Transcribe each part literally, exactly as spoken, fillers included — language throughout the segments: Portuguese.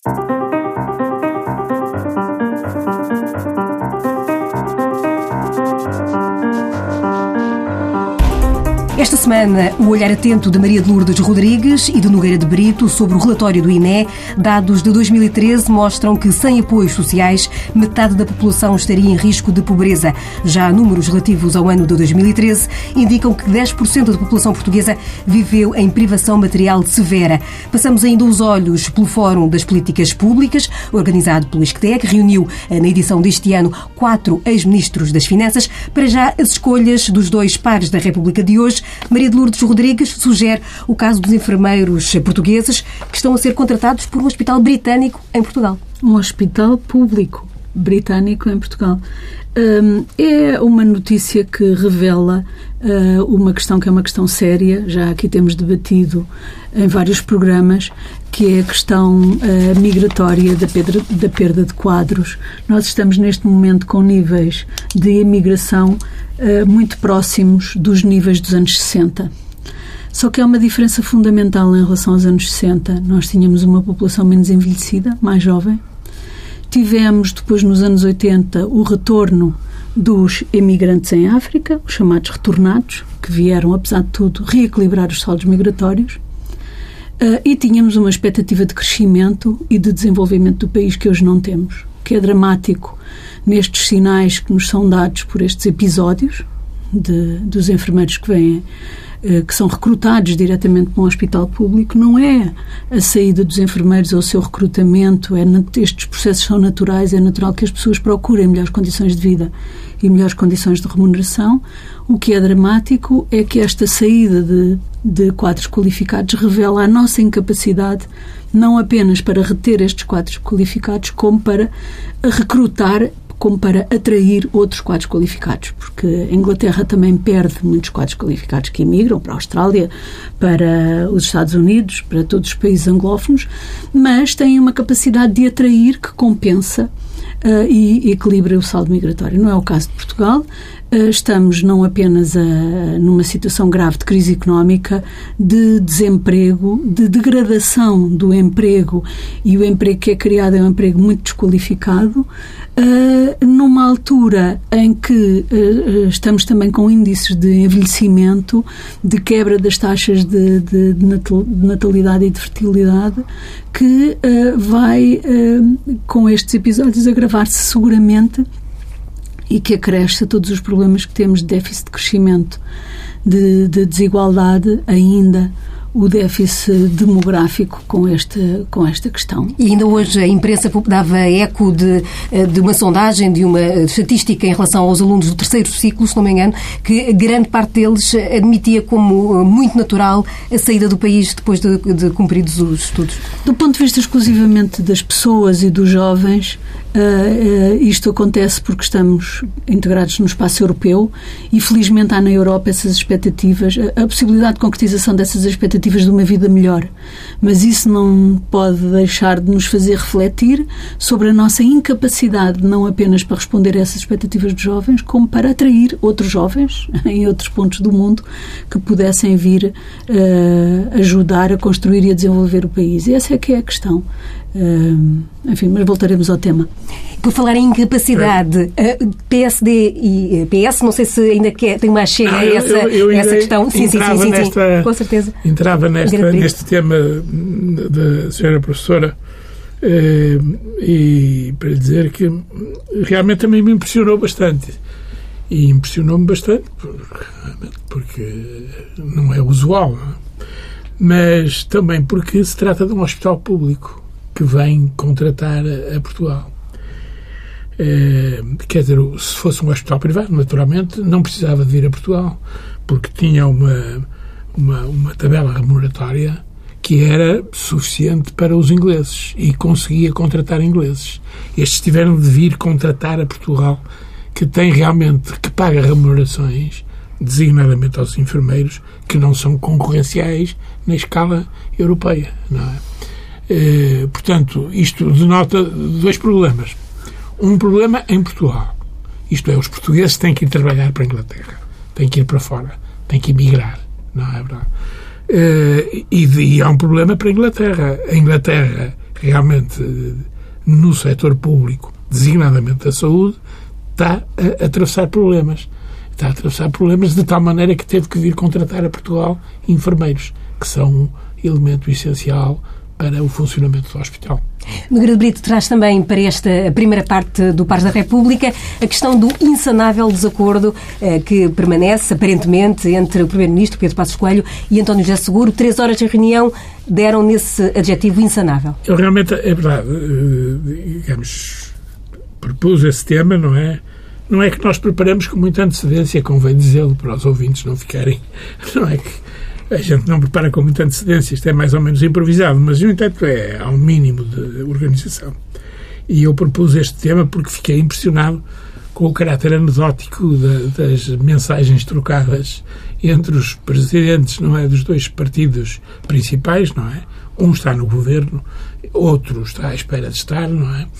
Esta semana, o olhar atento de Maria de Lourdes Rodrigues e de Nogueira de Brito sobre o relatório do I N E. Dados de dois mil e treze mostram que, sem apoios sociais, metade da população estaria em risco de pobreza. Já números relativos ao ano de dois mil e treze indicam que dez por cento da população portuguesa viveu em privação material severa. Passamos ainda os olhos pelo Fórum das Políticas Públicas, organizado pelo ISCTE, que reuniu, na edição deste ano, quatro ex-ministros das Finanças. Para já, as escolhas dos dois pares da República de hoje. Maria de Lourdes Rodrigues sugere o caso dos enfermeiros portugueses que estão a ser contratados por um hospital britânico em Portugal. Um hospital público britânico em Portugal. Um, é uma notícia que revela uh, uma questão que é uma questão séria, já aqui temos debatido em vários programas, que é a questão uh, migratória da, pedra, da perda de quadros. Nós estamos neste momento com níveis de imigração uh, muito próximos dos níveis dos anos sessenta. Só que há uma diferença fundamental em relação aos anos sessenta. Nós tínhamos uma população menos envelhecida, mais jovem. Tivemos, depois, nos anos oitenta, o retorno dos imigrantes em África, os chamados retornados, que vieram, apesar de tudo, reequilibrar os saldos migratórios. Uh, e tínhamos uma expectativa de crescimento e de desenvolvimento do país que hoje não temos, que é dramático nestes sinais que nos são dados por estes episódios de, dos enfermeiros que vêm, uh, que são recrutados diretamente para um hospital público. Não é a saída dos enfermeiros ou o seu recrutamento, é, estes processos são naturais, é natural que as pessoas procurem melhores condições de vida e melhores condições de remuneração. O que é dramático é que esta saída de, de quadros qualificados revela a nossa incapacidade não apenas para reter estes quadros qualificados, como para recrutar, como para atrair outros quadros qualificados, porque a Inglaterra também perde muitos quadros qualificados que emigram para a Austrália, para os Estados Unidos, para todos os países anglófonos, mas tem uma capacidade de atrair que compensa Uh, e equilibra o saldo migratório. Não é o caso de Portugal. Uh, estamos não apenas a, numa situação grave de crise económica, de desemprego, de degradação do emprego, e o emprego que é criado é um emprego muito desqualificado, uh, numa altura em que uh, estamos também com índices de envelhecimento, de quebra das taxas de, de, de natalidade e de fertilidade, que uh, vai, uh, com estes episódios, agravar-se seguramente e que acresce a todos os problemas que temos de déficit de crescimento, de, de desigualdade, ainda o déficit demográfico com, este, com esta questão. E ainda hoje a imprensa dava eco de, de uma sondagem, de uma estatística em relação aos alunos do terceiro ciclo, se não me engano, que grande parte deles admitia como muito natural a saída do país depois de, de cumpridos os estudos. Do ponto de vista exclusivamente das pessoas e dos jovens, Uh, uh, isto acontece porque estamos integrados no espaço europeu e felizmente há na Europa essas expectativas, a, a possibilidade de concretização dessas expectativas de uma vida melhor, mas isso não pode deixar de nos fazer refletir sobre a nossa incapacidade não apenas para responder a essas expectativas dos jovens, como para atrair outros jovens em outros pontos do mundo que pudessem vir uh, ajudar a construir e a desenvolver o país. E essa é que é a questão. Uh, enfim, mas voltaremos ao tema. Por falar em incapacidade, uh, P S D e uh, P S, não sei se ainda quer, tem uma chega a essa, eu, eu essa questão. Sim, sim, sim, sim, nesta, sim, com certeza. Entrava nesta, neste tema da senhora professora uh, e para dizer que realmente também me impressionou bastante. E impressionou-me bastante porque, porque não é usual, não é? Mas também porque se trata de um hospital público que vem contratar a, a Portugal. É, quer dizer, se fosse um hospital privado, naturalmente, não precisava de vir a Portugal, porque tinha uma, uma, uma tabela remuneratória que era suficiente para os ingleses e conseguia contratar ingleses. Estes tiveram de vir contratar a Portugal, que tem realmente, que paga remunerações, designadamente aos enfermeiros, que não são concorrenciais na escala europeia, não é? Eh, portanto, isto denota dois problemas. Um problema em Portugal. Isto é, os portugueses têm que ir trabalhar para a Inglaterra, têm que ir para fora, têm que emigrar, não é verdade? Eh, e, e há um problema para a Inglaterra. A Inglaterra realmente no setor público, designadamente da saúde, está a, a atravessar problemas. Está a atravessar problemas de tal maneira que teve que vir contratar a Portugal enfermeiros, que são um elemento essencial para o funcionamento do hospital. Nogueira de Brito traz também para esta primeira parte do Pares da República a questão do insanável desacordo eh, que permanece, aparentemente, entre o Primeiro-Ministro, Pedro Passos Coelho, e António José Seguro. Três horas de reunião deram nesse adjetivo insanável. Eu realmente, é verdade, digamos, propus esse tema, não é? Não é que nós preparamos com muita antecedência, convém dizê-lo para os ouvintes não ficarem... Não é que a gente não prepara com muita antecedência, isto é mais ou menos improvisado, mas, no entanto, é, há um mínimo de organização. E eu propus este tema porque fiquei impressionado com o caráter anedótico da, das mensagens trocadas entre os presidentes, não é, dos dois partidos principais, não é? Um está no governo, outro está à espera de estar, não é?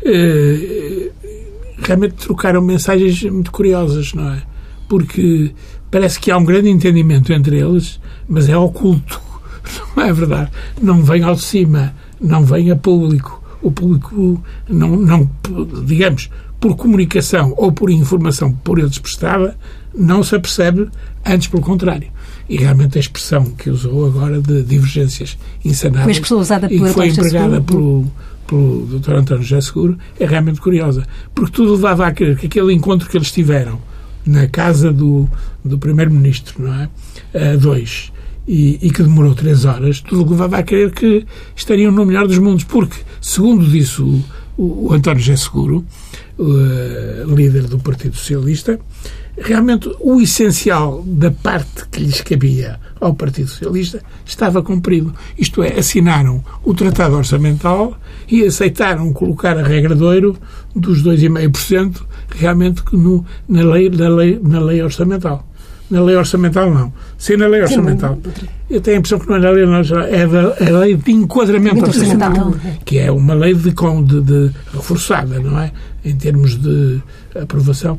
E, realmente trocaram mensagens muito curiosas, não é? Porque parece que há um grande entendimento entre eles, mas é oculto, não é verdade? Não vem ao de cima, não vem a público. O público, não, não, digamos, por comunicação ou por informação por eles prestada, não se apercebe, antes pelo contrário. E realmente a expressão que usou agora de divergências insanáveis, foi a expressão usada e que foi empregada pelo, pelo doutor António José Seguro, é realmente curiosa. Porque tudo levava a crer que aquele encontro que eles tiveram na casa do, do Primeiro-Ministro, não é? A dois, e, e que demorou três horas, tudo levava a crer que estariam no melhor dos mundos, porque, segundo disse o, o, o António José Seguro, o, líder do Partido Socialista, realmente o essencial da parte que lhes cabia ao Partido Socialista estava cumprido. Isto é, assinaram o Tratado Orçamental e aceitaram colocar a regra de ouro dos dois vírgula cinco por cento realmente no, na, lei, na, lei, na lei orçamental. Na lei orçamental, não. Se é na lei orçamental. Eu tenho a impressão que não é na lei, não, é da, a lei de enquadramento orçamental, que é uma lei de, de, de reforçada, não é? Em termos de aprovação.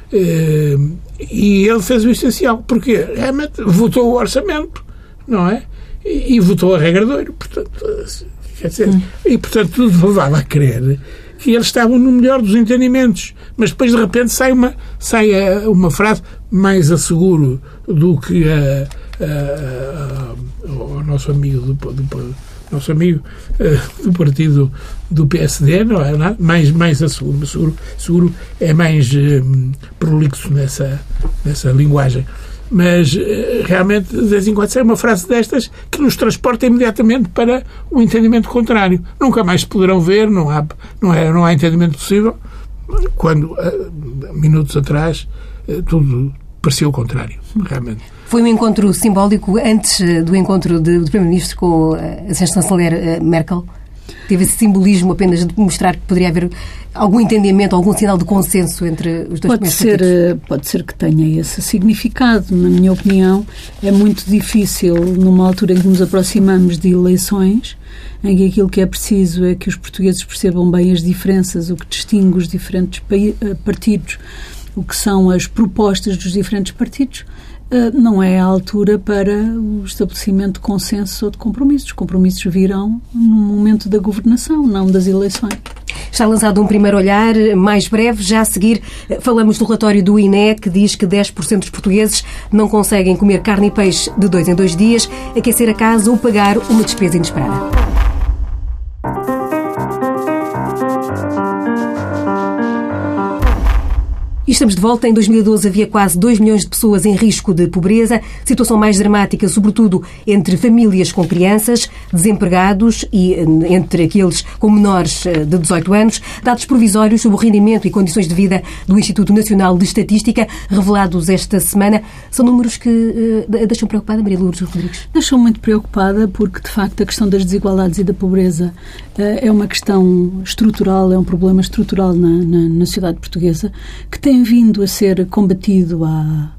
E ele fez o essencial, porque realmente votou o orçamento, não é? E, e votou a regra de ouro. Portanto, quer dizer, hum. e portanto tudo levava a crer que eles estavam no melhor dos entendimentos, mas depois de repente sai uma, sai uma frase mais a seguro do que a, a, a, o nosso amigo do, do nosso amigo uh, do partido do P S D, não é nada? Mais, mais a seguro, seguro, seguro é mais um, prolixo nessa, nessa linguagem. Mas uh, realmente, de vez em quando, sai uma frase destas que nos transporta imediatamente para o entendimento contrário. Nunca mais se poderão ver, não há, não é, não há entendimento possível, quando, uh, minutos atrás, uh, tudo parecia o contrário, realmente. Foi um encontro simbólico antes do encontro de, do Primeiro-Ministro com a chanceler Merkel? Teve esse simbolismo apenas de mostrar que poderia haver algum entendimento, algum sinal de consenso entre os dois pode ser, partidos? Pode ser que tenha esse significado. Na minha opinião, é muito difícil, numa altura em que nos aproximamos de eleições, em que aquilo que é preciso é que os portugueses percebam bem as diferenças, o que distingue os diferentes partidos, o que são as propostas dos diferentes partidos. Não é a altura para o estabelecimento de consenso ou de compromissos. Os compromissos virão no momento da governação, não das eleições. Está lançado um primeiro olhar mais breve. Já a seguir falamos do relatório do I N E que diz que dez por cento dos portugueses não conseguem comer carne e peixe de dois em dois dias, aquecer a casa ou pagar uma despesa inesperada. E estamos de volta. Em dois mil e doze havia quase dois milhões de pessoas em risco de pobreza, situação mais dramática, sobretudo entre famílias com crianças, desempregados e entre aqueles com menores de dezoito anos. Dados provisórios sobre o rendimento e condições de vida do Instituto Nacional de Estatística, revelados esta semana, são números que uh, deixam preocupada, Maria Lourdes Rodrigues? Deixam muito preocupada porque, de facto, a questão das desigualdades e da pobreza uh, é uma questão estrutural, é um problema estrutural na, na, na sociedade portuguesa, que tem vindo a ser combatido há,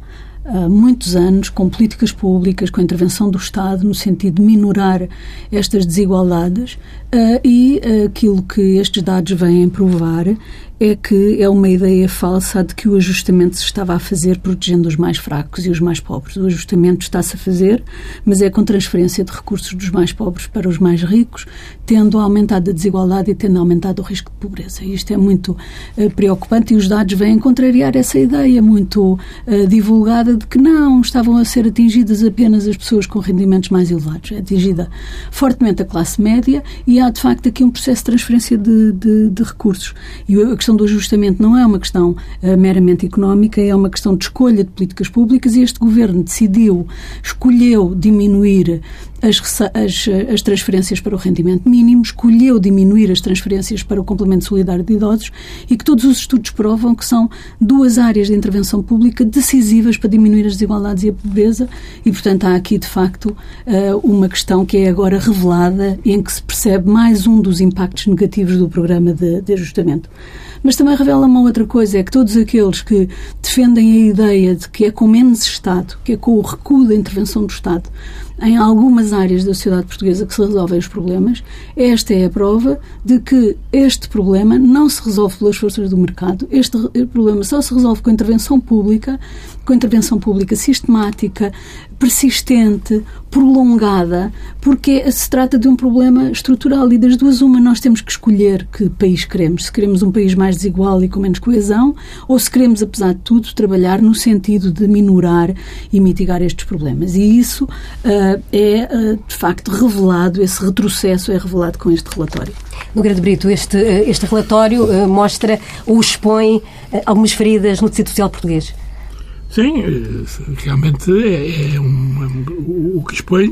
há muitos anos, com políticas públicas, com a intervenção do Estado, no sentido de minorar estas desigualdades, uh, e uh, aquilo que estes dados vêm provar é que é uma ideia falsa de que o ajustamento se estava a fazer protegendo os mais fracos e os mais pobres. O ajustamento está-se a fazer, mas é com transferência de recursos dos mais pobres para os mais ricos, tendo aumentado a desigualdade e tendo aumentado o risco de pobreza. E isto é muito uh, preocupante, e os dados vêm contrariar essa ideia muito uh, divulgada de que não, estavam a ser atingidas apenas as pessoas com rendimentos mais elevados. É atingida fortemente a classe média, e há, de facto, aqui um processo de transferência de, de, de recursos. E a questão do ajustamento não é uma questão uh, meramente económica, é uma questão de escolha de políticas públicas, e este governo decidiu, escolheu diminuir as, as, as transferências para o rendimento mínimo, escolheu diminuir as transferências para o complemento solidário de idosos, e que todos os estudos provam que são duas áreas de intervenção pública decisivas para diminuir as desigualdades e a pobreza, e, portanto, há aqui, de facto, uma questão que é agora revelada e em que se percebe mais um dos impactos negativos do programa de, de ajustamento. Mas também revela uma outra coisa, é que todos aqueles que defendem a ideia de que é com menos Estado, que é com o recuo da intervenção do Estado em algumas áreas da sociedade portuguesa que se resolvem os problemas, esta é a prova de que este problema não se resolve pelas forças do mercado, este problema só se resolve com a intervenção pública, com a intervenção pública sistemática, persistente, prolongada, porque se trata de um problema estrutural, e das duas uma, nós temos que escolher que país queremos, se queremos um país mais desigual e com menos coesão, ou se queremos, apesar de tudo, trabalhar no sentido de minorar e mitigar estes problemas. E isso uh, é, uh, de facto, revelado, esse retrocesso é revelado com este relatório. Nogueira de Brito, este, este relatório uh, mostra ou expõe uh, algumas feridas no tecido social português. Sim, realmente é, é um, o que expõe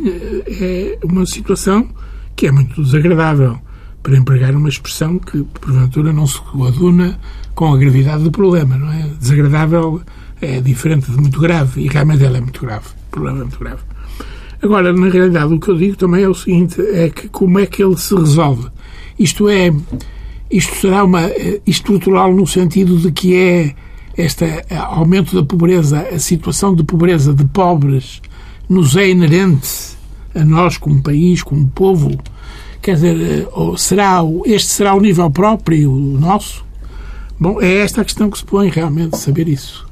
é uma situação que é muito desagradável, para empregar uma expressão que, porventura, não se coaduna com a gravidade do problema, não é? Desagradável é diferente de muito grave, e realmente ela é muito grave, o problema é muito grave. Agora, na realidade, o que eu digo também é o seguinte, é que como é que ele se resolve? Isto é, isto será uma estrutural no sentido de que é este aumento da pobreza, a situação de pobreza de pobres, nos é inerente a nós como país, como povo? Quer dizer, ou será, este será o nível próprio nosso? Bom, é esta a questão que se põe realmente, saber isso.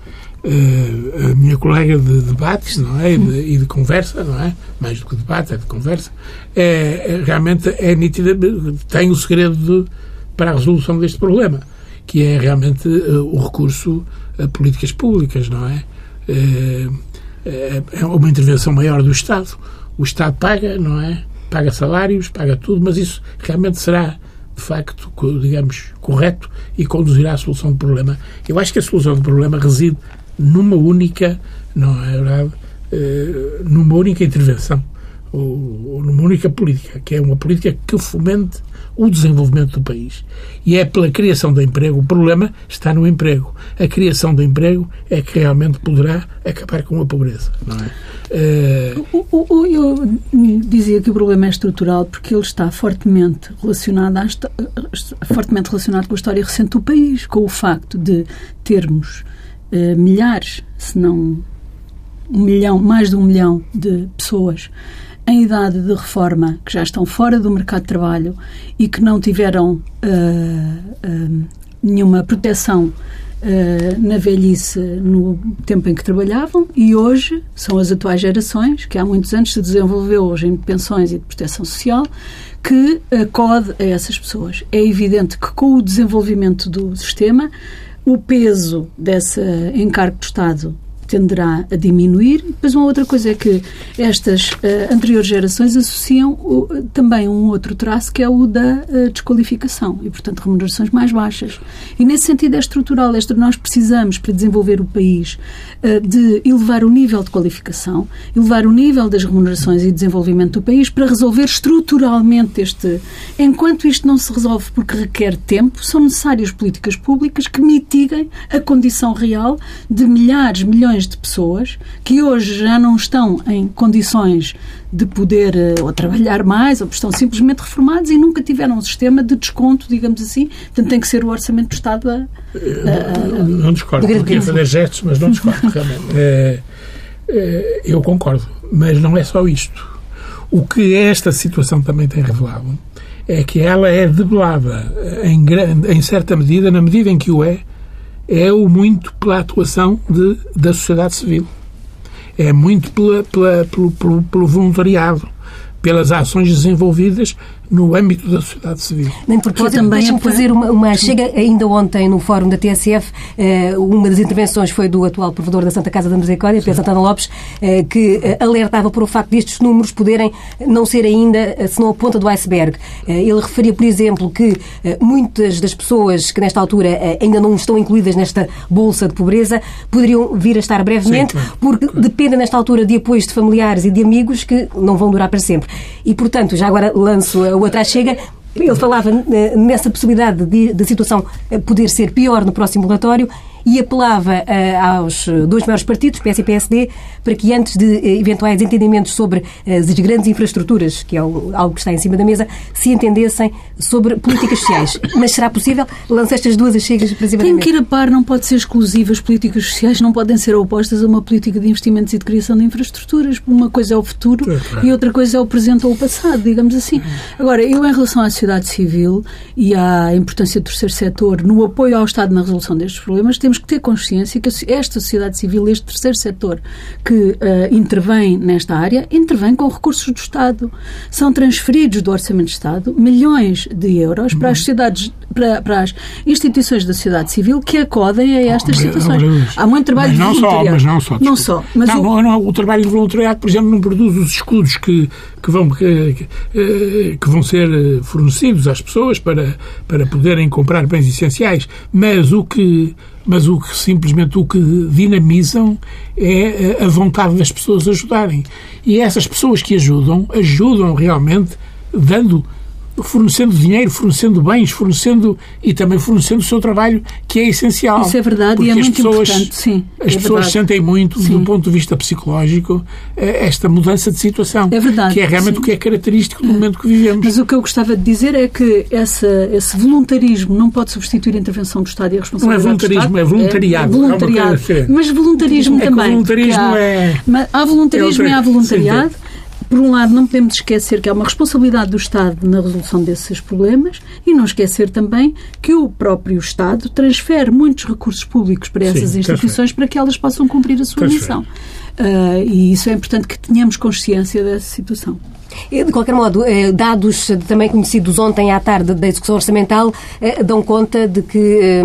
Uh, a minha colega de debates, não é? E de, e de conversa, não é? Mais do que debate, é de conversa. É, é, realmente é nítida, tem o segredo de, para a resolução deste problema, que é realmente uh, o recurso a políticas públicas, não é? Uh, é uma intervenção maior do Estado. O Estado paga, não é? Paga salários, paga tudo, mas isso realmente será, de facto, digamos, correto e conduzirá à solução do problema. Eu acho que a solução do problema reside numa única, não é verdade, uh, numa única intervenção, ou, ou numa única política, que é uma política que fomente o desenvolvimento do país. E é pela criação de emprego. O problema está no emprego. A criação de emprego é que realmente poderá acabar com a pobreza, não é? Uh... O, o, eu dizia que o problema é estrutural porque ele está fortemente relacionado, à, fortemente relacionado com a história recente do país, com o facto de termos uh, milhares, se não um milhão, mais de um milhão de pessoas em idade de reforma, que já estão fora do mercado de trabalho e que não tiveram uh, uh, nenhuma proteção uh, na velhice no tempo em que trabalhavam, e hoje são as atuais gerações, que há muitos anos se desenvolveu hoje em pensões e de proteção social, que acode a essas pessoas. É evidente que com o desenvolvimento do sistema, o peso desse encargo do Estado tenderá a diminuir. Depois uma outra coisa é que estas uh, anteriores gerações associam uh, também um outro traço, que é o da uh, desqualificação e, portanto, remunerações mais baixas. E nesse sentido é estrutural. Este, nós precisamos, para desenvolver o país, uh, de elevar o nível de qualificação, elevar o nível das remunerações e desenvolvimento do país para resolver estruturalmente este... Enquanto isto não se resolve porque requer tempo, são necessárias políticas públicas que mitiguem a condição real de milhares, milhões milhões de pessoas que hoje já não estão em condições de poder ou trabalhar mais, ou estão simplesmente reformados e nunca tiveram um sistema de desconto, digamos assim. Portanto, tem que ser o Orçamento do Estado a... a, a não discordo, porque ia fazer gestos, mas não discordo, realmente. É, é, eu concordo, mas não é só isto. O que esta situação também tem revelado é que ela é debelada, em, grande, em certa medida, na medida em que o é, é o muito pela atuação de, da sociedade civil. É muito pela, pela, pelo, pelo, pelo voluntariado, pelas ações desenvolvidas no âmbito da sociedade civil. Nem por propósito, deixa-me fazer uma, uma... Chega ainda ontem no fórum da T S F, uma das intervenções foi do atual provedor da Santa Casa da Misericórdia, Pedro Santana Lopes, que alertava para o facto destes números poderem não ser ainda, senão a ponta do iceberg. Ele referia, por exemplo, que muitas das pessoas que nesta altura ainda não estão incluídas nesta bolsa de pobreza poderiam vir a estar brevemente, sim, claro, porque claro. dependem nesta altura de apoios de familiares e de amigos que não vão durar para sempre. E, portanto, já agora lanço a outra chega. Ele falava nessa possibilidade de, de a situação poder ser pior no próximo relatório e apelava uh, aos dois maiores partidos, P S e P S D, para que antes de uh, eventuais entendimentos sobre uh, as grandes infraestruturas, que é o, algo que está em cima da mesa, se entendessem sobre políticas sociais. Mas será possível? Lançar estas duas chegas para cima da mesa. Tem que ir a par, não pode ser exclusiva. As políticas sociais não podem ser opostas a uma política de investimentos e de criação de infraestruturas. Uma coisa é o futuro é, e outra coisa é o presente ou o passado, digamos assim. Agora, eu em relação à sociedade civil e à importância do terceiro setor no apoio ao Estado na resolução destes problemas, temos que ter consciência que esta sociedade civil, este terceiro setor que uh, intervém nesta área, intervém com recursos do Estado. São transferidos do Orçamento de Estado milhões de euros uhum. para as sociedades, para, para as instituições da sociedade civil que acodem a estas situações. Há muito trabalho mas de não voluntariado. Só, mas não só. Não só. Mas não, o... não, o trabalho de voluntariado, por exemplo, não produz os escudos que, que, vão, que, que, que vão ser fornecidos às pessoas para, para poderem comprar bens essenciais, mas o que mas o que simplesmente o que dinamizam é a vontade das pessoas ajudarem. E essas pessoas que ajudam, ajudam realmente dando, fornecendo dinheiro, fornecendo bens, fornecendo e também fornecendo o seu trabalho, que é essencial. Isso é verdade e é muito pessoas, importante, sim. As é pessoas verdade. sentem muito, sim. do ponto de vista psicológico, esta mudança de situação. É verdade. Que é realmente sim. o que é característico do momento que vivemos. Mas o que eu gostava de dizer é que essa, esse voluntarismo não pode substituir a intervenção do Estado e a responsabilidade do Estado. Não é voluntarismo, é voluntariado. É voluntariado. É mas voluntarismo é também. Voluntarismo há, é... há voluntarismo é outra... e há voluntariado. Sim, Por um lado, não podemos esquecer que há uma responsabilidade do Estado na resolução desses problemas e não esquecer também que o próprio Estado transfere muitos recursos públicos para essas Sim, instituições transfere. para que elas possam cumprir a sua transfere. missão. Uh, e isso é importante que tenhamos consciência dessa situação. De qualquer modo, dados também conhecidos ontem à tarde da execução orçamental dão conta de que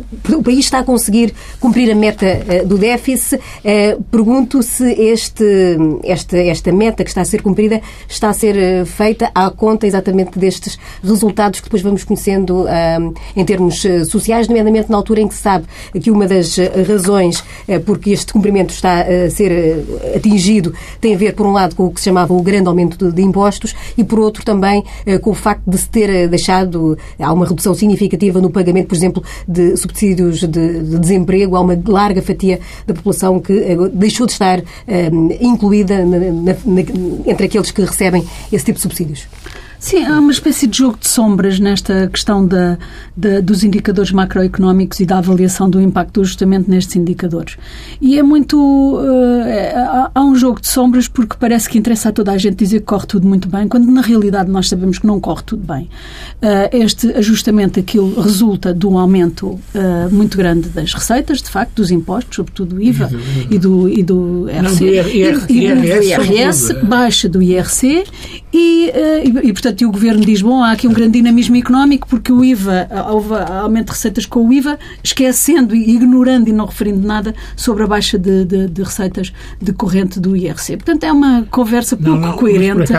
o país está a conseguir cumprir a meta do déficit. Pergunto se este, esta, esta meta que está a ser cumprida está a ser feita à conta exatamente destes resultados que depois vamos conhecendo em termos sociais, nomeadamente na altura em que se sabe que uma das razões porque este cumprimento está a ser atingido tem a ver, por um lado, com o que se chamava o grande aumento de de impostos e, por outro, também com o facto de se ter deixado, há uma redução significativa no pagamento, por exemplo, de subsídios de, de desemprego, há uma larga fatia da população que deixou de estar um, incluída na, na, na, entre aqueles que recebem esse tipo de subsídios. Sim, há uma espécie de jogo de sombras nesta questão da, da, dos indicadores macroeconómicos e da avaliação do impacto do ajustamento nestes indicadores. E é muito... Uh, é, há, há um jogo de sombras porque parece que interessa a toda a gente dizer que corre tudo muito bem, quando na realidade nós sabemos que não corre tudo bem. Uh, este ajustamento, aquilo resulta de um aumento uh, muito grande das receitas, de facto, dos impostos, sobretudo do I V A e do, e do R C. Não, do I R, e, e do I R S, baixa do I R C e, uh, e, e portanto, e o Governo diz, bom, há aqui um grande dinamismo económico porque o I V A, houve aumento de receitas com o I V A, esquecendo e ignorando e não referindo nada sobre a baixa de, de, de receitas decorrente do I R C. Portanto, é uma conversa pouco não, não, coerente.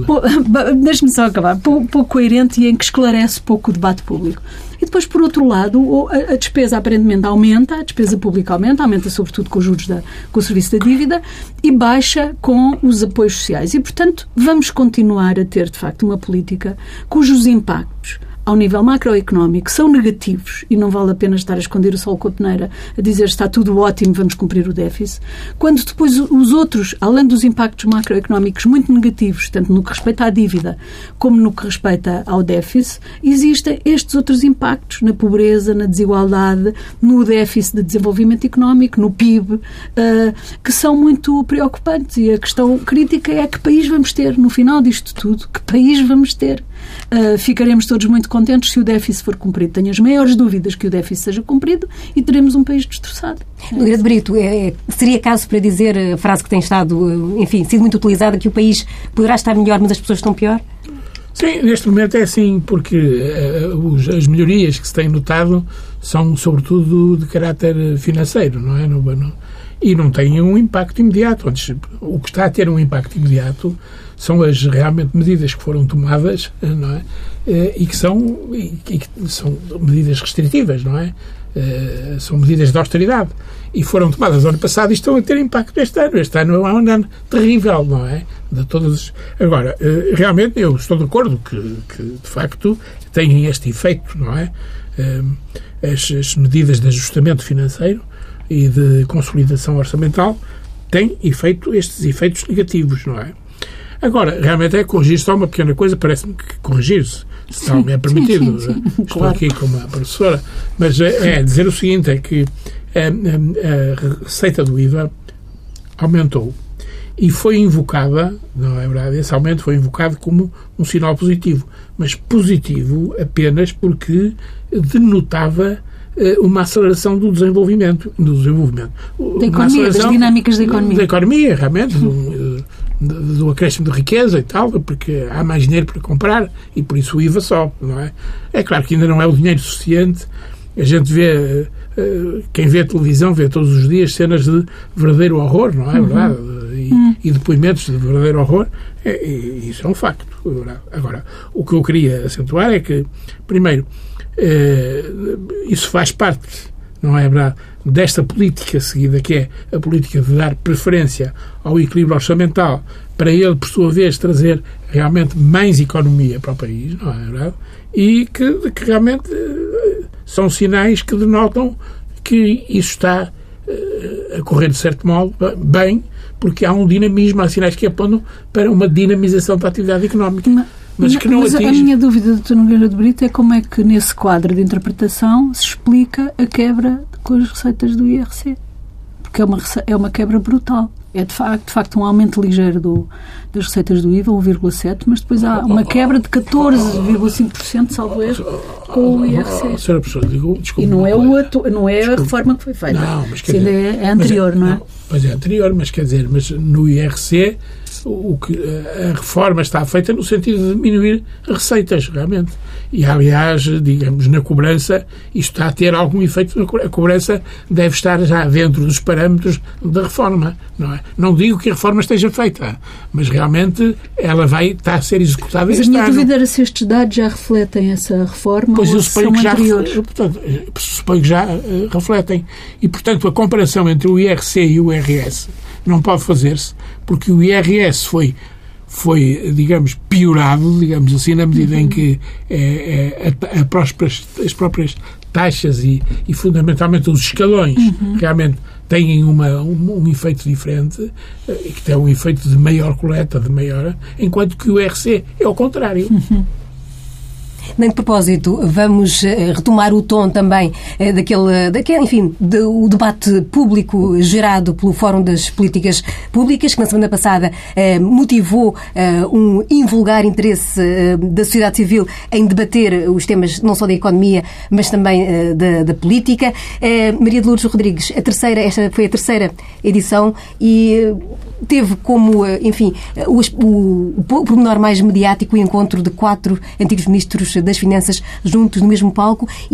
Deixe-me só acabar. Pouco, pouco coerente e em que esclarece pouco o debate público. E depois, por outro lado, a despesa aparentemente aumenta, a despesa pública aumenta, aumenta sobretudo com os juros da, com o serviço da dívida e baixa com os apoios sociais. E, portanto, vamos continuar a ter, de facto, uma política cujos impactos ao nível macroeconómico são negativos, e não vale a pena estar a esconder o sol com a peneira, a dizer está tudo ótimo, vamos cumprir o déficit, quando depois os outros, além dos impactos macroeconómicos muito negativos, tanto no que respeita à dívida como no que respeita ao déficit, existem estes outros impactos na pobreza, na desigualdade, no déficit de desenvolvimento económico, no P I B, uh, que são muito preocupantes. E a questão crítica é que país vamos ter no final disto tudo? Que país vamos ter? Uh, ficaremos todos muito contentes se o déficit for cumprido. Tenho as maiores dúvidas que o déficit seja cumprido e teremos um país destroçado. Nogueira de Brito, é, seria caso para dizer a frase que tem estado, enfim, sido muito utilizada, que o país poderá estar melhor, mas as pessoas estão pior? Sim, neste momento é assim, porque uh, os, as melhorias que se têm notado são, sobretudo, de caráter financeiro, não é? No, no, e não têm um impacto imediato. O que está a ter um impacto imediato são as realmente medidas que foram tomadas, não é? E que são, e que são medidas restritivas, não é? São medidas de austeridade. E foram tomadas no ano passado e estão a ter impacto este ano. Este ano é um ano terrível, não é? De todas. Agora, realmente eu estou de acordo que, que de facto, têm este efeito, não é? As, as medidas de ajustamento financeiro e de consolidação orçamental têm efeito, estes efeitos negativos, não é? Agora, realmente é corrigir só uma pequena coisa, parece-me que corrigir-se, se não me é permitido. Sim, sim, sim. Estou claro. Aqui como a professora, mas é, é dizer o seguinte, é que a, a, a receita do I V A aumentou e foi invocada, não é verdade, esse aumento foi invocado como um sinal positivo, mas positivo apenas porque denotava uma aceleração do desenvolvimento, do desenvolvimento. Da economia, das dinâmicas da economia. Da economia, realmente, do, do acréscimo de riqueza e tal, porque há mais dinheiro para comprar e por isso o I V A sobe, não é? É claro que ainda não é o dinheiro suficiente. A gente vê, quem vê a televisão vê todos os dias cenas de verdadeiro horror, não é verdade? Uhum. E, uhum. e depoimentos de verdadeiro horror, é, e isso é um facto. Agora, o que eu queria acentuar é que, primeiro, isso faz parte, não é verdade, desta política seguida, que é a política de dar preferência ao equilíbrio orçamental, para ele, por sua vez, trazer realmente mais economia para o país, não é verdade? E que, que realmente são sinais que denotam que isso está a correr, de certo modo, bem, porque há um dinamismo, há sinais que apontam para uma dinamização da atividade económica. Mas, Mas, que não mas atinge... a minha dúvida, doutor Nogueira de Brito, é como é que nesse quadro de interpretação se explica a quebra com as receitas do I R C. Porque é uma, é uma quebra brutal. É de facto, de facto um aumento ligeiro do, das receitas do I V A, um vírgula sete por cento, mas depois há uma quebra de catorze vírgula cinco por cento, salvo erro, com o I R C. Senhora professora, digo, desculpe, e não é, o atu, não é a reforma que foi feita. Não, mas quer dizer, é, é anterior, mas, não é? Não, pois é anterior, mas quer dizer, mas no I R C o que a reforma está feita no sentido de diminuir receitas, realmente. E, aliás, digamos, na cobrança, isto está a ter algum efeito. A cobrança deve estar já dentro dos parâmetros da reforma, não é? Não digo que a reforma esteja feita, mas realmente ela vai estar a ser executada mas este ano. Mas a minha dúvida era se estes dados já refletem essa reforma pois ou eu se são que já, anteriores. Portanto, suponho que já uh, refletem. E, portanto, a comparação entre o I R C e o I R S não pode fazer-se, porque o I R S foi, foi digamos, piorado, digamos assim, na medida uhum. em que é, é, a, a próprias, as próprias taxas e, e, fundamentalmente, os escalões uhum. realmente têm uma, um, um efeito diferente, e que tem um efeito de maior coleta, de maior, enquanto que o I R C é ao contrário. Uhum. Nem de propósito, vamos retomar o tom também daquele, daquele enfim, do debate público gerado pelo Fórum das Políticas Públicas, que na semana passada eh, motivou eh, um invulgar interesse eh, da sociedade civil em debater os temas não só da economia, mas também eh, da, da política. Eh, Maria de Lourdes Rodrigues, a terceira, esta foi a terceira edição e teve como, enfim, o, o, o pormenor mais mediático o encontro de quatro antigos ministros das Finanças juntos no mesmo palco e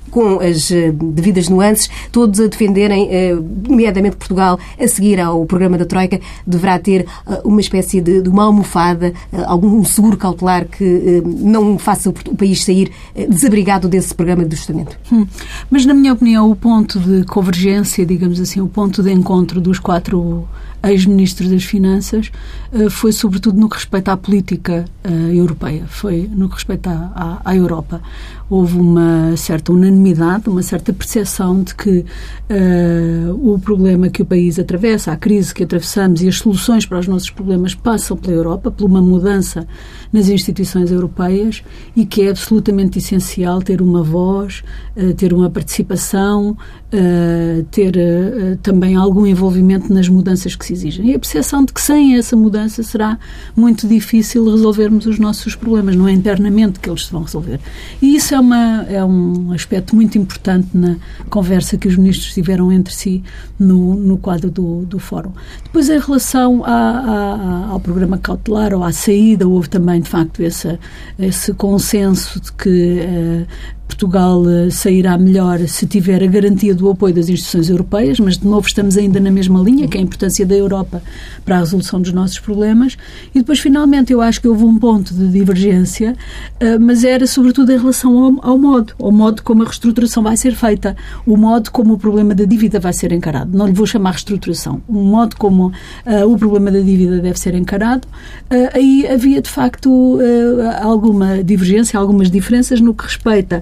com as devidas nuances, todos a defenderem, nomeadamente Portugal, a seguir ao programa da Troika, deverá ter uma espécie de, de uma almofada, algum seguro cautelar que não faça o país sair desabrigado desse programa de ajustamento. Hum. Mas, na minha opinião, o ponto de convergência, digamos assim, o ponto de encontro dos quatro ex-ministros das Finanças foi sobretudo no que respeita à política uh, europeia, foi no que respeita à, à, à Europa. Houve uma certa unanimidade, uma certa percepção de que uh, o problema que o país atravessa, a crise que atravessamos e as soluções para os nossos problemas passam pela Europa, por uma mudança nas instituições europeias, e que é absolutamente essencial ter uma voz, uh, ter uma participação, uh, ter uh, também algum envolvimento nas mudanças que se exigem. E a percepção de que sem essa mudança será muito difícil resolvermos os nossos problemas, não é internamente que eles se vão resolver. E isso é, uma, é um aspecto muito importante na conversa que os ministros tiveram entre si no, no quadro do, do fórum. Depois, em relação a, a, ao programa cautelar ou à saída, houve também, de facto, esse, esse consenso de que uh, Portugal uh, sairá melhor se tiver a garantia do apoio das instituições europeias, mas, de novo, estamos ainda na mesma linha, que é a importância da Europa para a resolução dos nossos problemas. E depois, finalmente, eu acho que houve um ponto de divergência, uh, mas era, sobretudo, em relação ao, ao modo, ao modo como a reestruturação vai ser feita, o modo como o problema da dívida vai ser encarado. Não lhe vou chamar reestruturação, o modo como uh, o problema da dívida deve ser encarado. Uh, aí havia, de facto, uh, alguma divergência, algumas diferenças no que respeita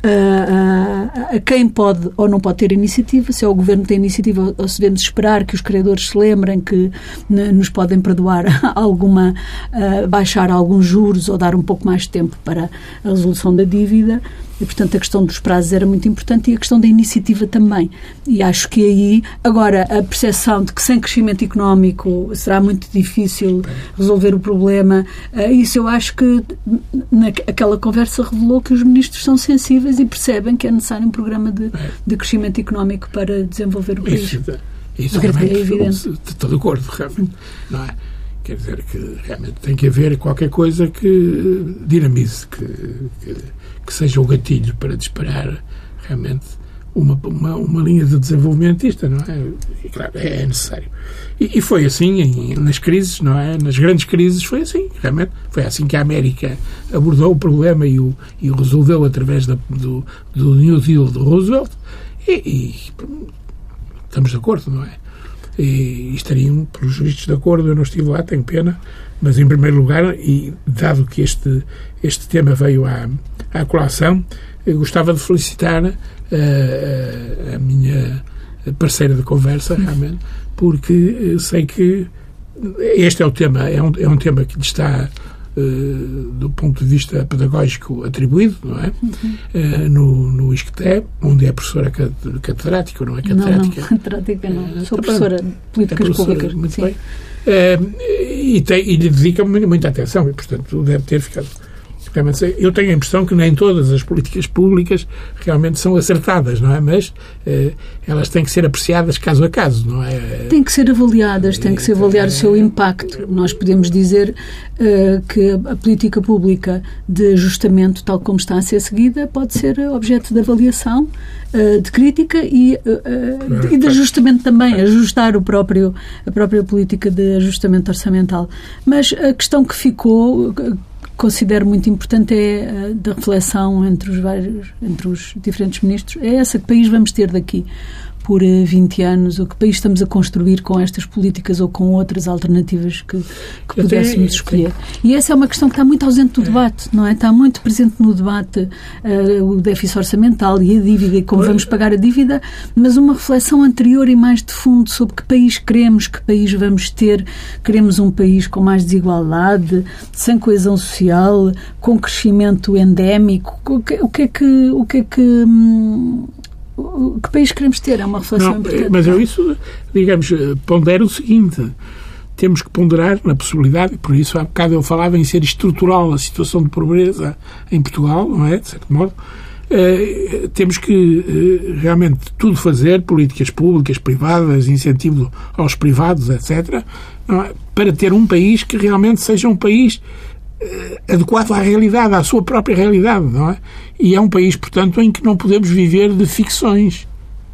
a, a, a quem pode ou não pode ter iniciativa, se é o Governo que tem iniciativa ou se devemos esperar que os credores se lembrem que n- nos podem perdoar alguma, uh, baixar alguns juros ou dar um pouco mais de tempo para a resolução da dívida. E, portanto, a questão dos prazos era muito importante e a questão da iniciativa também. E acho que aí, agora, a percepção de que sem crescimento económico será muito difícil resolver o problema, isso eu acho que naquela conversa revelou que os ministros são sensíveis e percebem que é necessário um programa de, de crescimento económico para desenvolver o país. Isso, isso realmente, é evidente. Estou de acordo, realmente. Não é? Quer dizer que realmente tem que haver qualquer coisa que dinamize, que, que, que seja o gatilho para disparar realmente uma, uma, uma linha de desenvolvimentista, não é? E, claro, é, é necessário. E, e foi assim em, nas crises, não é? Nas grandes crises foi assim, realmente. Foi assim que a América abordou o problema e o, e o resolveu através da, do, do New Deal de Roosevelt e, e estamos de acordo, não é? E estariam, pelos vistos, de acordo. Eu não estive lá, tenho pena, mas em primeiro lugar, e dado que este, este tema veio à, à colação, eu gostava de felicitar uh, a minha parceira de conversa, realmente, porque sei que este é o tema, é um, é um tema que lhe está Uh, do ponto de vista pedagógico atribuído, não é? Uhum. Uh, no, no I S C T E, onde é professora catedrática, ou não é catedrática? Não, não, catedrática não. Uh, Sou professora de políticas é professora, públicas. Muito sim. bem. Uh, e, tem, e lhe dedica muita atenção e, portanto, deve ter ficado... Eu tenho a impressão que nem todas as políticas públicas realmente são acertadas, não é? Mas eh, elas têm que ser apreciadas caso a caso, não é? Têm que ser avaliadas, tem que ser avaliado o seu impacto. Nós podemos dizer uh, que a política pública de ajustamento, tal como está a ser seguida, pode ser objeto de avaliação, uh, de crítica e, uh, uh, e de ajustamento também, ajustar o próprio, a própria política de ajustamento orçamental. Mas a questão que ficou... considero muito importante é uh, da reflexão entre os vários, entre os diferentes ministros, é essa: que país vamos ter daqui por uh, vinte anos, ou que país estamos a construir com estas políticas ou com outras alternativas que, que pudéssemos escolher. E essa é uma questão que está muito ausente do debate, não é? Está muito presente no debate uh, o déficit orçamental e a dívida e como vamos pagar a dívida, mas uma reflexão anterior e mais de fundo sobre que país queremos, que país vamos ter. Queremos um país com mais desigualdade, sem coesão social, com crescimento endémico? O que, o que é que... O que é que hum, que país queremos ter? É uma reflexão não, importante. Mas eu isso, digamos, pondero o seguinte: temos que ponderar na possibilidade, e por isso há bocado eu falava em ser estrutural a situação de pobreza em Portugal, não é? De certo modo, uh, temos que uh, realmente tudo fazer, políticas públicas, privadas, incentivo aos privados, etcétera, não é? Para ter um país que realmente seja um país adequado à realidade, à sua própria realidade, não é? E é um país, portanto, em que não podemos viver de ficções.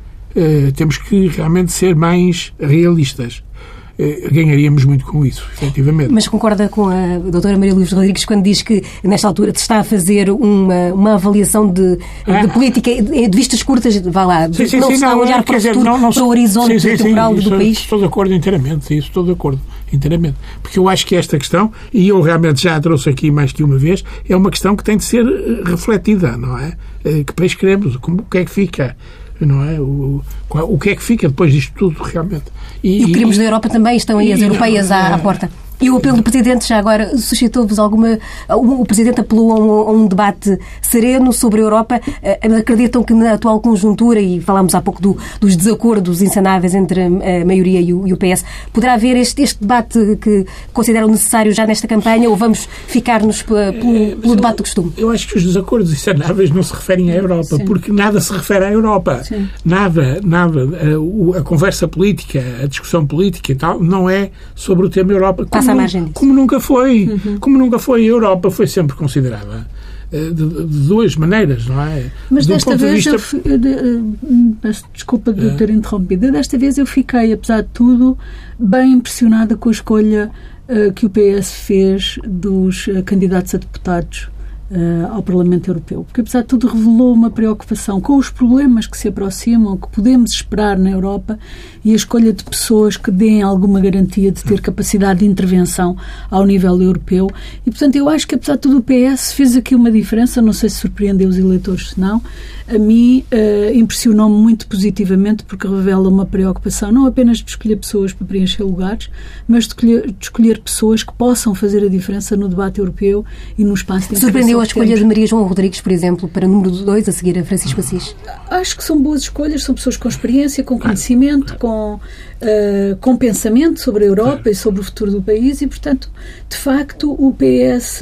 Uh, temos que realmente ser mais realistas. Uh, ganharíamos muito com isso, efetivamente. Mas concorda com a doutora Maria Lourdes Rodrigues quando diz que, nesta altura, se está a fazer uma, uma avaliação de, ah. de política de vistas curtas, vá lá, sim, sim, não sim, se está não, a olhar não, para o dizer, futuro, não, não, para o horizonte sim, sim, temporal sim, do isso, país? Estou de acordo inteiramente, isso, estou de acordo inteiramente. Porque eu acho que esta questão, e eu realmente já a trouxe aqui mais que uma vez, é uma questão que tem de ser refletida, não é? Que país queremos, como, o que é que fica, não é? O, o que é que fica depois disto tudo, realmente. E, e o que queremos da Europa também, estão aí as europeias à, à porta. E o apelo do Presidente, já agora, suscitou-vos alguma... O Presidente apelou a um, a um debate sereno sobre a Europa. Acreditam que na atual conjuntura, e falámos há pouco do, dos desacordos insanáveis entre a maioria e o, e o P S, poderá haver este, este debate que consideram necessário já nesta campanha, ou vamos ficar-nos pelo, pelo debate do costume? Eu acho que os desacordos insanáveis não se referem à Europa, Sim. porque nada se refere à Europa. Sim. Nada, nada. A, a conversa política, a discussão política e tal, não é sobre o tema Europa. Passa à margem disso. Como nunca foi. Uhum. Como nunca foi. A Europa foi sempre considerada de, de, de duas maneiras, não é? Mas de um desta vez, de vista... eu, eu, peço desculpa de é. ter interrompido, desta vez eu fiquei, apesar de tudo, bem impressionada com a escolha uh, que o P S fez dos uh, candidatos a deputados Uh, ao Parlamento Europeu, porque apesar de tudo revelou uma preocupação com os problemas que se aproximam, que podemos esperar na Europa, e a escolha de pessoas que deem alguma garantia de ter capacidade de intervenção ao nível europeu. E portanto eu acho que apesar de tudo o P S fez aqui uma diferença, não sei se surpreendeu os eleitores, se não. A mim uh, impressionou-me muito positivamente, porque revela uma preocupação não apenas de escolher pessoas para preencher lugares, mas de escolher, de escolher pessoas que possam fazer a diferença no debate europeu e no espaço de Surpreendeu a escolha de Maria João Rodrigues, por exemplo, para número dois, a seguir a Francisco Assis? Acho que são boas escolhas, são pessoas com experiência, com conhecimento, com, uh, com pensamento sobre a Europa e sobre o futuro do país e, portanto, de facto, o P S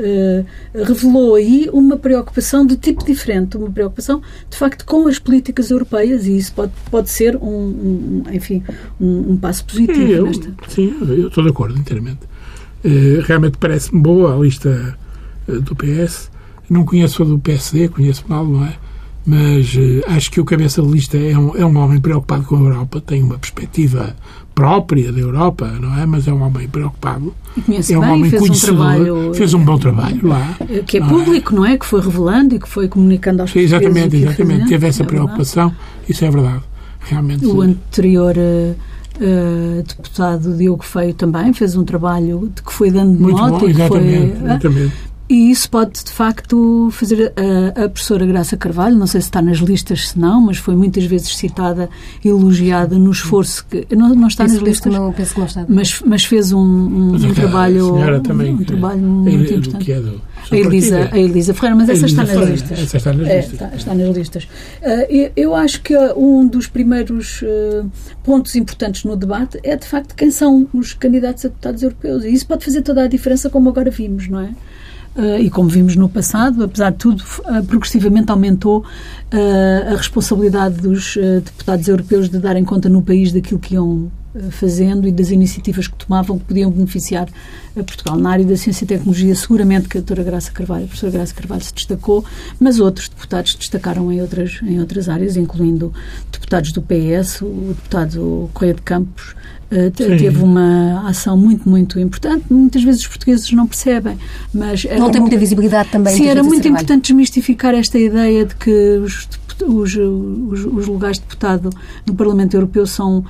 uh, revelou aí uma preocupação de tipo diferente, uma preocupação, de facto, com as políticas europeias, e isso pode, pode ser um, um, enfim, um, um passo positivo. Sim, eu, nesta. sim, eu estou de acordo inteiramente. Uh, realmente parece-me boa a lista do P S. Não conheço a do P S D, conheço mal, não é? Mas uh, acho que o cabeça de lista é um, é um homem preocupado com a Europa, tem uma perspectiva própria da Europa, não é? Mas é um homem preocupado. E conhece é um bem, homem fez conhecedor, um trabalho, fez um bom trabalho lá. Que é público, não é? Que foi revelando e que foi comunicando aos portugueses. Exatamente, exatamente. Teve essa é preocupação, isso é verdade. Realmente. O anterior uh, uh, deputado Diogo Feio também fez um trabalho de que foi dando muito nota. Bom, e que exatamente, foi, exatamente. E isso pode, de facto, fazer a, a professora Graça Carvalho, não sei se está nas listas, se não, mas foi muitas vezes citada, elogiada no esforço que... Não, não está penso, nas listas, não, penso que não está. Mas, mas fez um, um, um trabalho, também, um, um que, trabalho muito é, importante. Que é do, a, Elisa, a Elisa Ferreira, mas essa está, Ferreira, listas. essa está nas é, listas. Está, está nas listas. Uh, eu, eu acho que um dos primeiros uh, pontos importantes no debate é, de facto, quem são os candidatos a deputados europeus. E isso pode fazer toda a diferença, como agora vimos, não é? Uh, e como vimos no passado, apesar de tudo, uh, progressivamente aumentou uh, a responsabilidade dos uh, deputados europeus de darem conta no país daquilo que iam uh, fazendo e das iniciativas que tomavam que podiam beneficiar a Portugal. Na área da ciência e tecnologia, seguramente que a doutora Graça Carvalho, a professora Graça Carvalho se destacou, mas outros deputados destacaram em outras, em outras áreas, incluindo deputados do P S, o deputado Correia de Campos, Uh, teve uma ação muito, muito importante. Muitas vezes os portugueses não percebem, mas... Não tem muita visibilidade também. Sim, era muito importante desmistificar esta ideia de que os, os, os, os lugares de deputado no Parlamento Europeu são,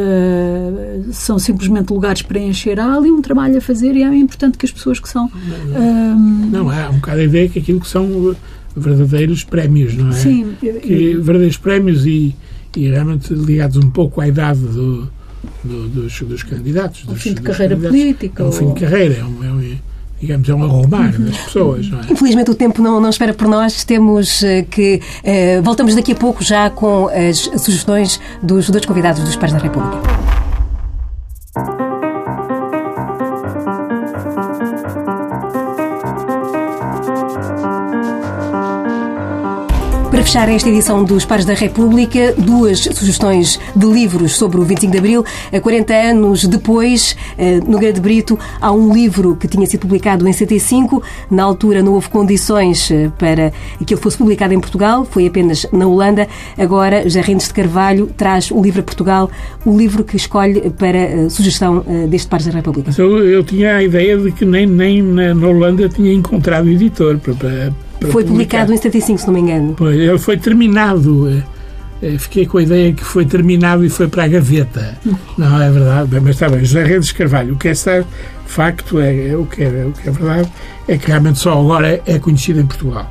uh, são simplesmente lugares para encher. Há ali um trabalho a fazer e é importante que as pessoas que são... Não, não, não há um bocado a ideia que aquilo que são verdadeiros prémios, não é? Sim. Que verdadeiros prémios e, e realmente ligados um pouco à idade do Do, dos, dos candidatos. Um dos, fim de dos carreira política. É um ou... fim de carreira, é um, é um, digamos, é um arrumar uhum. das pessoas. Não é? Infelizmente o tempo não, não espera por nós. Temos uh, que... Uh, voltamos daqui a pouco já com as sugestões dos dois convidados dos Pais da República. Para fechar esta edição dos Pares da República, duas sugestões de livros sobre o vinte e cinco de Abril. quarenta anos depois, Nogueira de Brito, há um livro que tinha sido publicado em setenta e cinco. Na altura não houve condições para que ele fosse publicado em Portugal, foi apenas na Holanda. Agora, José Rentes de Carvalho traz o livro a Portugal, o livro que escolhe para a sugestão deste Pares da República. Eu, eu tinha a ideia de que nem, nem na, na Holanda tinha encontrado editor para, para Foi publicado em setenta e cinco, se não me engano. Pois, ele foi terminado. Fiquei com a ideia que foi terminado e foi para a gaveta. Não é verdade? Mas está bem. José Rentes de Carvalho, o que é certo, facto, é, é, o, que é, o que é verdade, é que realmente só agora é conhecido em Portugal.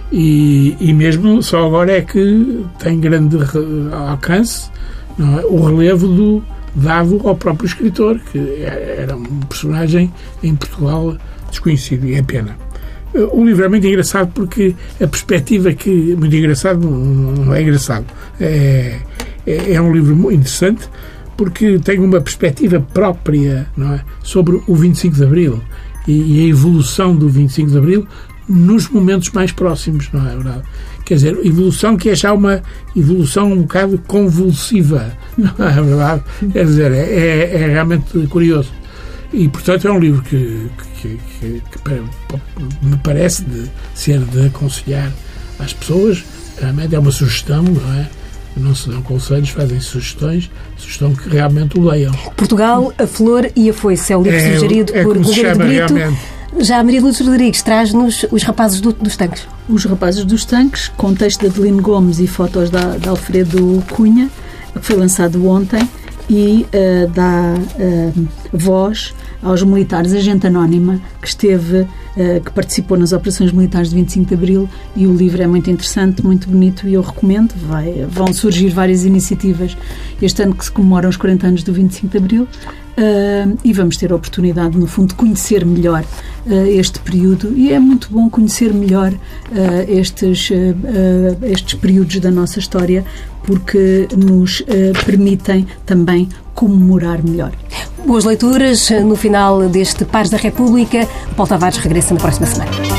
E, e mesmo só agora é que tem grande alcance, não é? O relevo do, dado ao próprio escritor, que era um personagem em Portugal desconhecido, e é pena. O livro é muito engraçado porque a perspectiva que... Muito engraçado, não é engraçado. É, é, é um livro muito interessante porque tem uma perspectiva própria, não é, sobre o vinte e cinco de Abril e, e a evolução do vinte e cinco de Abril nos momentos mais próximos, não é verdade? Quer dizer, evolução que é já uma evolução um bocado convulsiva, não é verdade? Quer dizer, é, é realmente curioso. E, portanto, é um livro que, que, que, que me parece de ser de aconselhar às pessoas. Realmente é uma sugestão, não é? Não se dão conselhos, fazem sugestões, sugestão que realmente o leiam. Portugal, a Flor e a Foice é o livro é, sugerido é por Nogueira de Brito. Realmente. Já a Maria de Lourdes Rodrigues traz-nos Os Rapazes do, dos Tanques. Os Rapazes dos Tanques, com texto de Adelino Gomes e fotos da, de Alfredo Cunha, que foi lançado ontem. E uh, dá uh, voz aos militares, a gente anónima que esteve, uh, que participou nas operações militares de vinte e cinco de Abril, e o livro é muito interessante, muito bonito e eu recomendo. Vai, vão surgir várias iniciativas este ano que se comemoram os quarenta anos do vinte e cinco de Abril. Uh, e vamos ter a oportunidade, no fundo, de conhecer melhor uh, este período, e é muito bom conhecer melhor uh, estes, uh, uh, estes períodos da nossa história, porque nos uh, permitem também comemorar melhor. Boas leituras no final deste Pares da República. Paulo Tavares regressa na próxima semana.